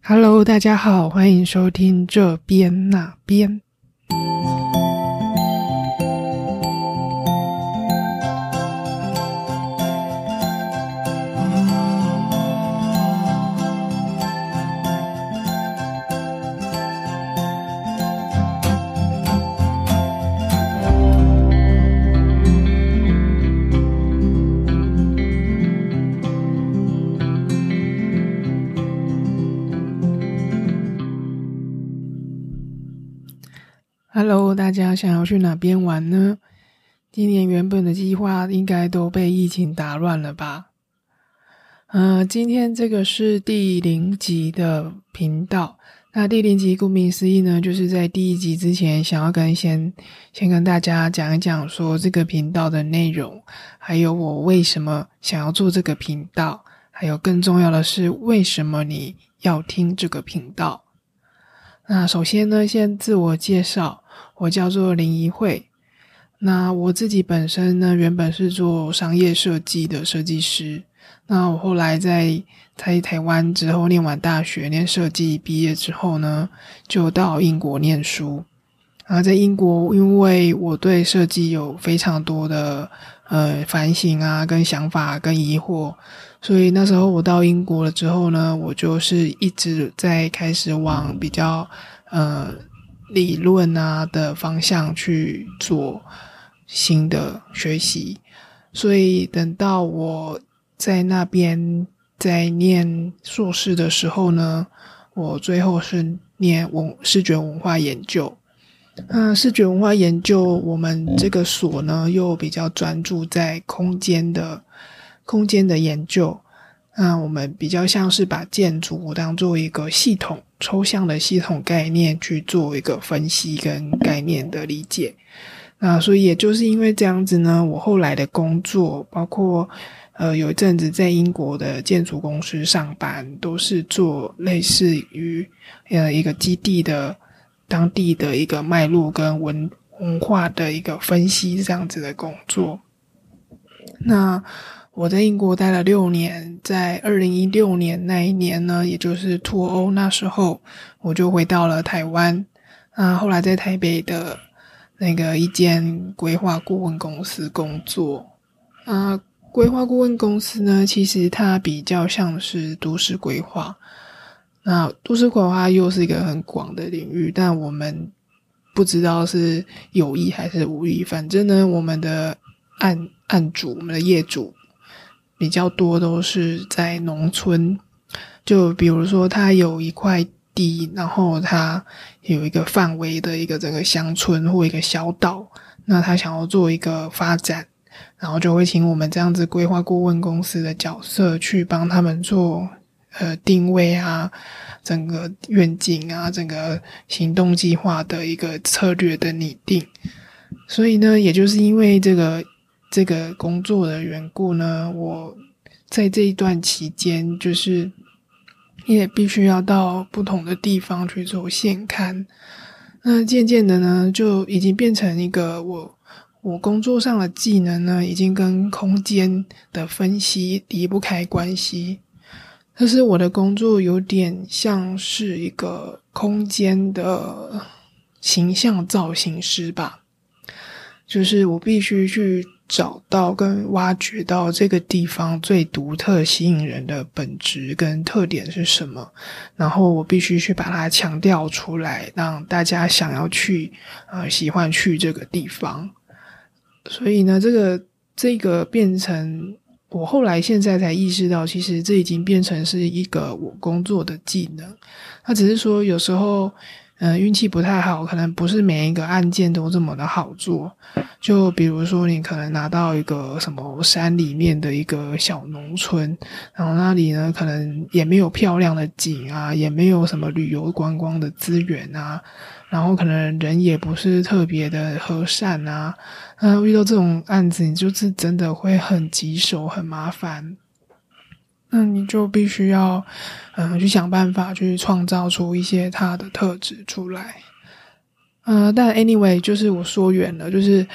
Hello， 大家好，欢迎收听这边那边。Hello， 大家想要去哪边玩呢？今年原本的计划应该都被疫情打乱了吧？今天这个是第0集的频道。那第0集顾名思义呢，就是在第1集之前想要先跟大家讲一讲说这个频道的内容，还有我为什么想要做这个频道，还有更重要的是为什么你要听这个频道。那首先呢，先自我介绍，我叫做林怡慧。那我自己本身呢，原本是做商业设计的设计师。那我后来在台湾之后念完大学，念设计毕业之后呢，就到英国念书。在英国，因为我对设计有非常多的反省啊，跟想法跟疑惑，所以那时候我到英国了之后呢，我就是一直在开始往比较理论啊的方向去做新的学习。所以等到我在那边在念硕士的时候呢，我最后是念视觉文化研究。视觉文化研究我们这个所呢又比较专注在空间的研究。我们比较像是把建筑当做一个系统，抽象的系统概念去做一个分析跟概念的理解。所以也就是因为这样子呢，我后来的工作包括有一阵子在英国的建筑公司上班，都是做类似于一个基地的当地的一个脉络跟文化的一个分析这样子的工作。那我在英国待了6年，在2016年那一年呢，也就是脱欧那时候，我就回到了台湾。后来在台北的那个一间规划顾问公司工作。规划顾问公司呢，其实它比较像是都市规划。那都市规划又是一个很广的领域，但我们不知道是有意还是无意。反正呢，我们的案主，我们的业主比较多都是在农村。就比如说他有一块地，然后他有一个范围的一个整个乡村或一个小岛，那他想要做一个发展，然后就会请我们这样子规划顾问公司的角色去帮他们做定位啊，整个愿景啊，整个行动计划的一个策略的拟定。所以呢，也就是因为这个工作的缘故呢，我在这一段期间就是也必须要到不同的地方去做现刊。那渐渐的呢，就已经变成一个我工作上的技能呢，已经跟空间的分析离不开关系。但是我的工作有点像是一个空间的形象造型师吧，就是我必须去找到跟挖掘到这个地方最独特吸引人的本质跟特点是什么，然后我必须去把它强调出来，让大家想要去喜欢去这个地方。所以呢，这个变成我后来现在才意识到，其实这已经变成是一个我工作的技能。它只是说有时候运气不太好，可能不是每一个案件都这么的好做。就比如说你可能拿到一个什么山里面的一个小农村，然后那里呢可能也没有漂亮的景啊，也没有什么旅游观光的资源啊，然后可能人也不是特别的和善啊。遇到这种案子，你就是真的会很棘手很麻烦。那你就必须要去想办法去创造出一些它的特质出来。但 anyway 就是我说远了，就是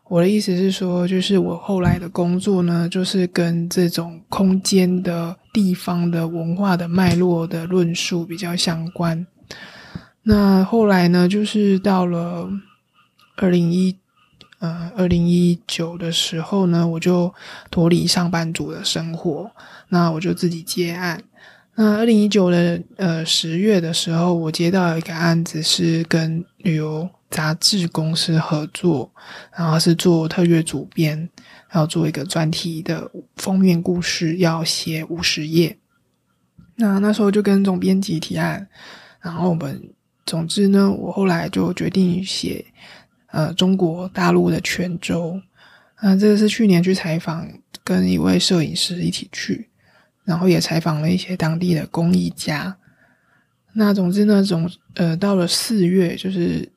我的意思是说，就是我后来的工作呢，就是跟这种空间的地方的文化的脉络的论述比较相关。那后来呢，就是到了2019的时候呢，我就脱离上班族的生活，那我就自己接案。那2019的10月的时候，我接到一个案子，是跟旅游杂志公司合作，然后是做特约主编，要做一个专题的封面故事，要写50页。那时候就跟总编辑提案，然后总之呢，我后来就决定写中国大陆的泉州。这个是去年去采访，跟一位摄影师一起去，然后也采访了一些当地的工艺家。那总之呢，到了4月，就是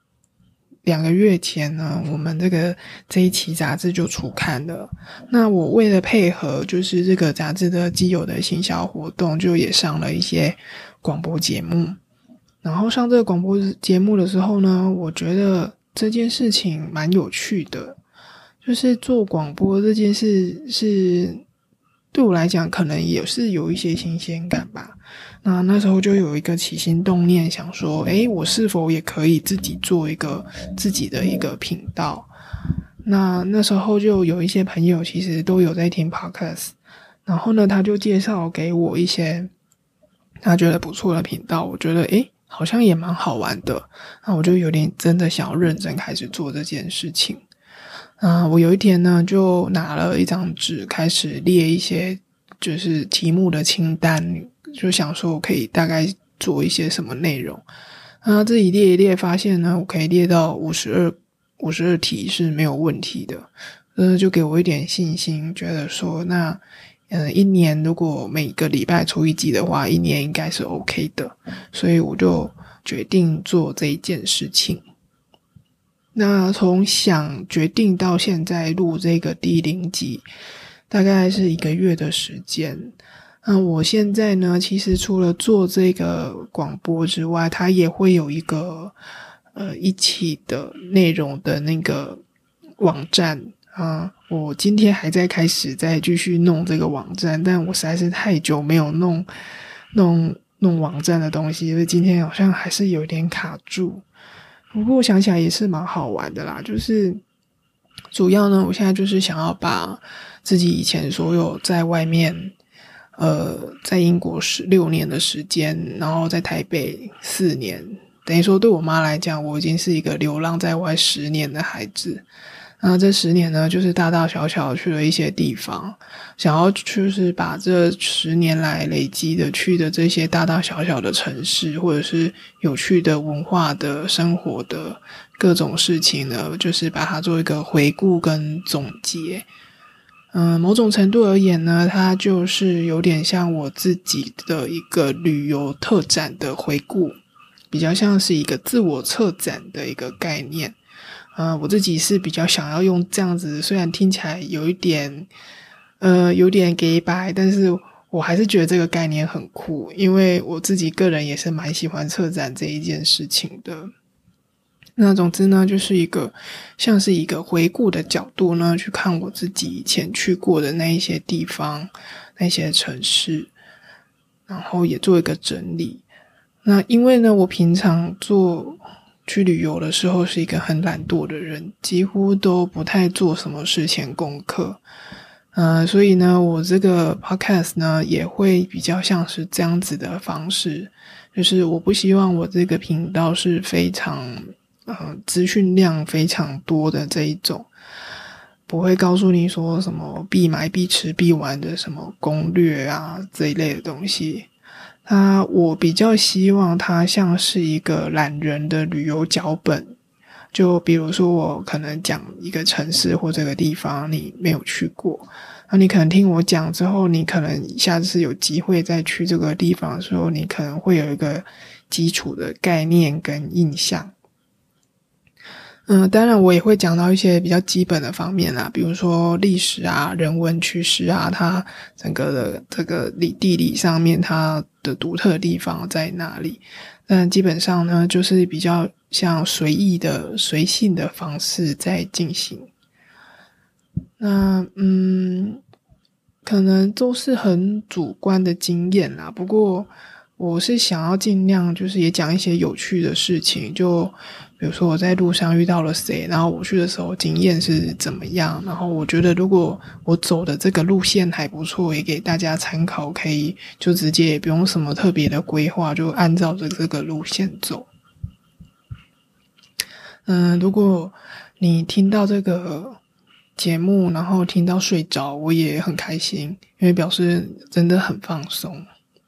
2个月前呢，我们这一期杂志就出刊了。那我为了配合就是这个杂志的既有的行销活动，就也上了一些广播节目。然后上这个广播节目的时候呢，我觉得这件事情蛮有趣的，就是做广播这件事是对我来讲可能也是有一些新鲜感吧。那时候就有一个起心动念，想说我是否也可以自己做一个自己的一个频道。那时候就有一些朋友其实都有在听 podcast， 然后呢他就介绍给我一些他觉得不错的频道，我觉得好像也蛮好玩的，那我就有点真的想要认真开始做这件事情。我有一天呢就拿了一张纸开始列一些就是题目的清单，就想说我可以大概做一些什么内容。自己列一列发现呢，我可以列到52题是没有问题的。就给我一点信心，觉得说一年如果每个礼拜出一集的话，一年应该是 OK 的，所以我就决定做这一件事情。那从决定到现在录这个第0集，大概是1个月的时间。我现在呢，其实除了做这个广播之外，它也会有一个一起的内容的那个网站。我今天还在开始再继续弄这个网站，但我实在是太久没有弄网站的东西，因为今天好像还是有点卡住。不过我想起来也是蛮好玩的啦，就是主要呢，我现在就是想要把自己以前所有在外面在英国16年的时间，然后在台北4年，等于说对我妈来讲，我已经是一个流浪在外10年的孩子。这10年呢，就是大大小小去了一些地方，想要就是把这10年来累积的去的这些大大小小的城市，或者是有趣的文化的生活的各种事情呢，就是把它做一个回顾跟总结。某种程度而言呢，它就是有点像我自己的一个旅游特展的回顾，比较像是一个自我策展的一个概念。我自己是比较想要用这样子，虽然听起来有点给白，但是我还是觉得这个概念很酷，因为我自己个人也是蛮喜欢策展这一件事情的。那总之呢，就是像是一个回顾的角度呢，去看我自己以前去过的那一些地方，那些城市，然后也做一个整理。那因为呢，我平常去旅游的时候是一个很懒惰的人，几乎都不太做什么事前功课。所以呢，我这个 podcast 呢也会比较像是这样子的方式，就是我不希望我这个频道是非常资讯量非常多的这一种，不会告诉你说什么必买必吃必玩的什么攻略啊这一类的东西。我比较希望它像是一个懒人的旅游脚本，就比如说我可能讲一个城市或这个地方你没有去过，你可能听我讲之后，你可能下次有机会再去这个地方的时候，你可能会有一个基础的概念跟印象。当然我也会讲到一些比较基本的方面啦，比如说历史啊、人文趋势啊，它整个的这个地理上面它的独特的地方在哪里。但基本上呢，就是比较像随意的、随性的方式在进行。 那可能都是很主观的经验啦，不过我是想要尽量就是也讲一些有趣的事情，就比如说我在路上遇到了谁，然后我去的时候经验是怎么样，然后我觉得如果我走的这个路线还不错，也给大家参考，可以就直接也不用什么特别的规划，就按照着这个路线走。如果你听到这个节目然后听到睡着，我也很开心，因为表示真的很放松。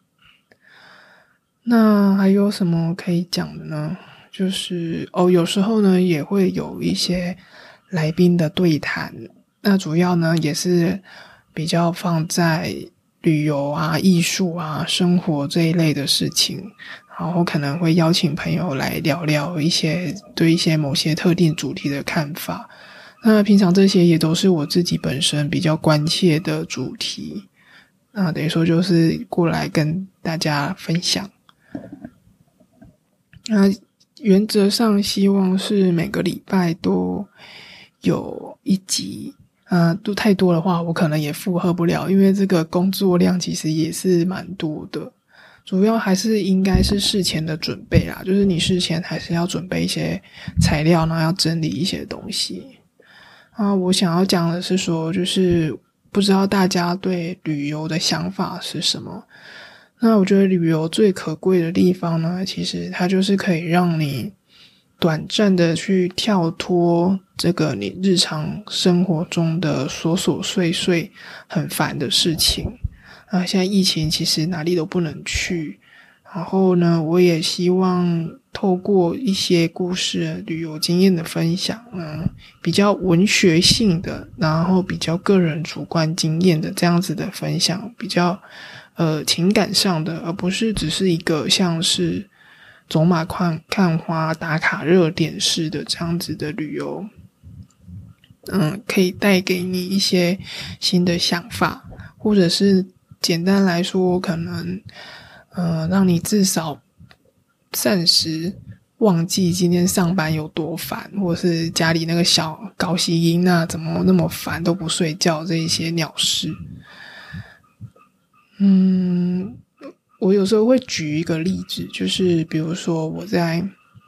那还有什么可以讲的呢？就是有时候呢也会有一些来宾的对谈，那主要呢也是比较放在旅游啊、艺术啊、生活这一类的事情，然后可能会邀请朋友来聊聊对一些某些特定主题的看法。那平常这些也都是我自己本身比较关切的主题，那等于说就是过来跟大家分享。那原则上希望是每个礼拜都有一集，都太多的话我可能也负荷不了，因为这个工作量其实也是蛮多的。主要还是应该是事前的准备啦，就是你事前还是要准备一些材料，然后要整理一些东西。我想要讲的是说，就是不知道大家对旅游的想法是什么。那我觉得旅游最可贵的地方呢，其实它就是可以让你短暂的去跳脱这个你日常生活中的琐琐碎碎很烦的事情。现在疫情其实哪里都不能去，然后呢我也希望透过一些故事旅游经验的分享，比较文学性的，然后比较个人主观经验的这样子的分享，比较情感上的，而不是只是一个像是走马看花打卡热点式的这样子的旅游，可以带给你一些新的想法，或者是简单来说可能让你至少暂时忘记今天上班有多烦，或者是家里那个小高息音怎么那么烦都不睡觉这一些鸟事。我有时候会举一个例子，就是比如说我在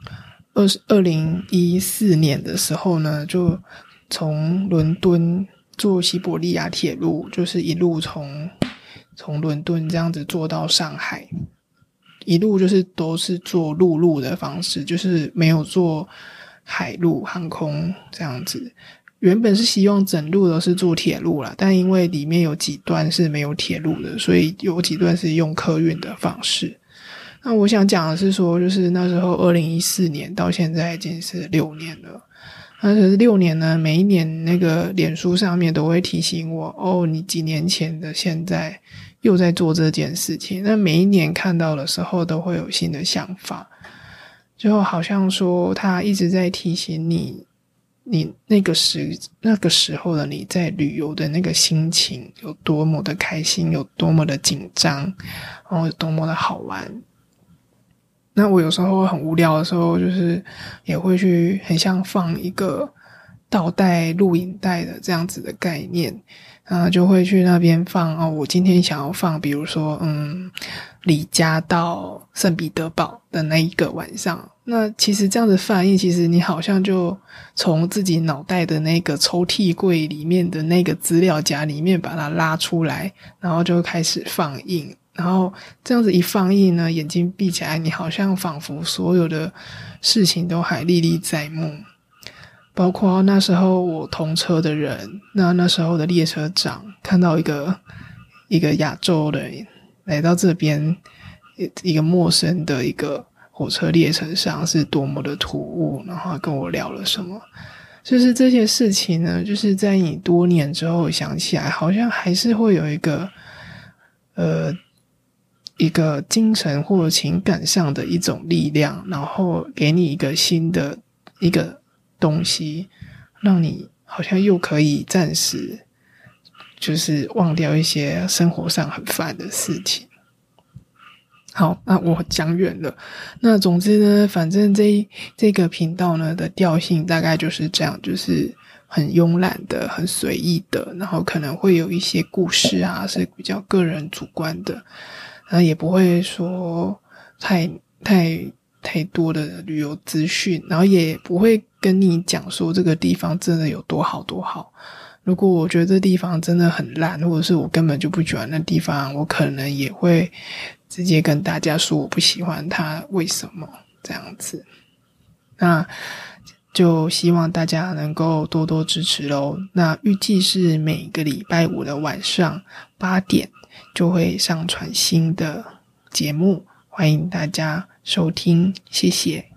2014年的时候呢，就从伦敦坐西伯利亚铁路，就是一路从伦敦这样子坐到上海，一路就是都是坐陆路的方式，就是没有坐海路航空这样子。原本是希望整路都是坐铁路啦，但因为里面有几段是没有铁路的，所以有几段是用客运的方式。那我想讲的是说，就是那时候2014年到现在已经是6年了。那可是6年呢，每一年那个脸书上面都会提醒我，你几年前的现在又在做这件事情。那每一年看到的时候都会有新的想法，就好像说他一直在提醒你那个时候的你在旅游的那个心情有多么的开心，有多么的紧张，然后有多么的好玩。那我有时候很无聊的时候，就是也会去很像放一个倒带录影带的这样子的概念，就会去那边放我今天想要放比如说离家到圣彼得堡的那一个晚上。那其实这样子翻译，其实你好像就从自己脑袋的那个抽屉柜里面的那个资料夹里面把它拉出来，然后就开始放映。然后这样子一放映呢，眼睛闭起来，你好像仿佛所有的事情都还历历在目，包括那时候我同车的人，那时候的列车长看到一个亚洲人来到这边，一个陌生的一个火车列车上是多么的突兀，然后跟我聊了什么。就是这些事情呢，就是在你多年之后想起来，好像还是会有一个精神或情感上的一种力量，然后给你一个新的一个东西，让你好像又可以暂时就是忘掉一些生活上很烦的事情。好，那我讲远了。那总之呢，反正这个频道呢的调性大概就是这样，就是很慵懒的、很随意的，然后可能会有一些故事啊是比较个人主观的，然后也不会说太多的旅游资讯，然后也不会跟你讲说这个地方真的有多好多好。如果我觉得这地方真的很烂，或者是我根本就不喜欢那地方，我可能也会直接跟大家说我不喜欢它，为什么这样子。那就希望大家能够多多支持咯。那预计是每个礼拜五的晚上8点就会上传新的节目，欢迎大家收听，谢谢。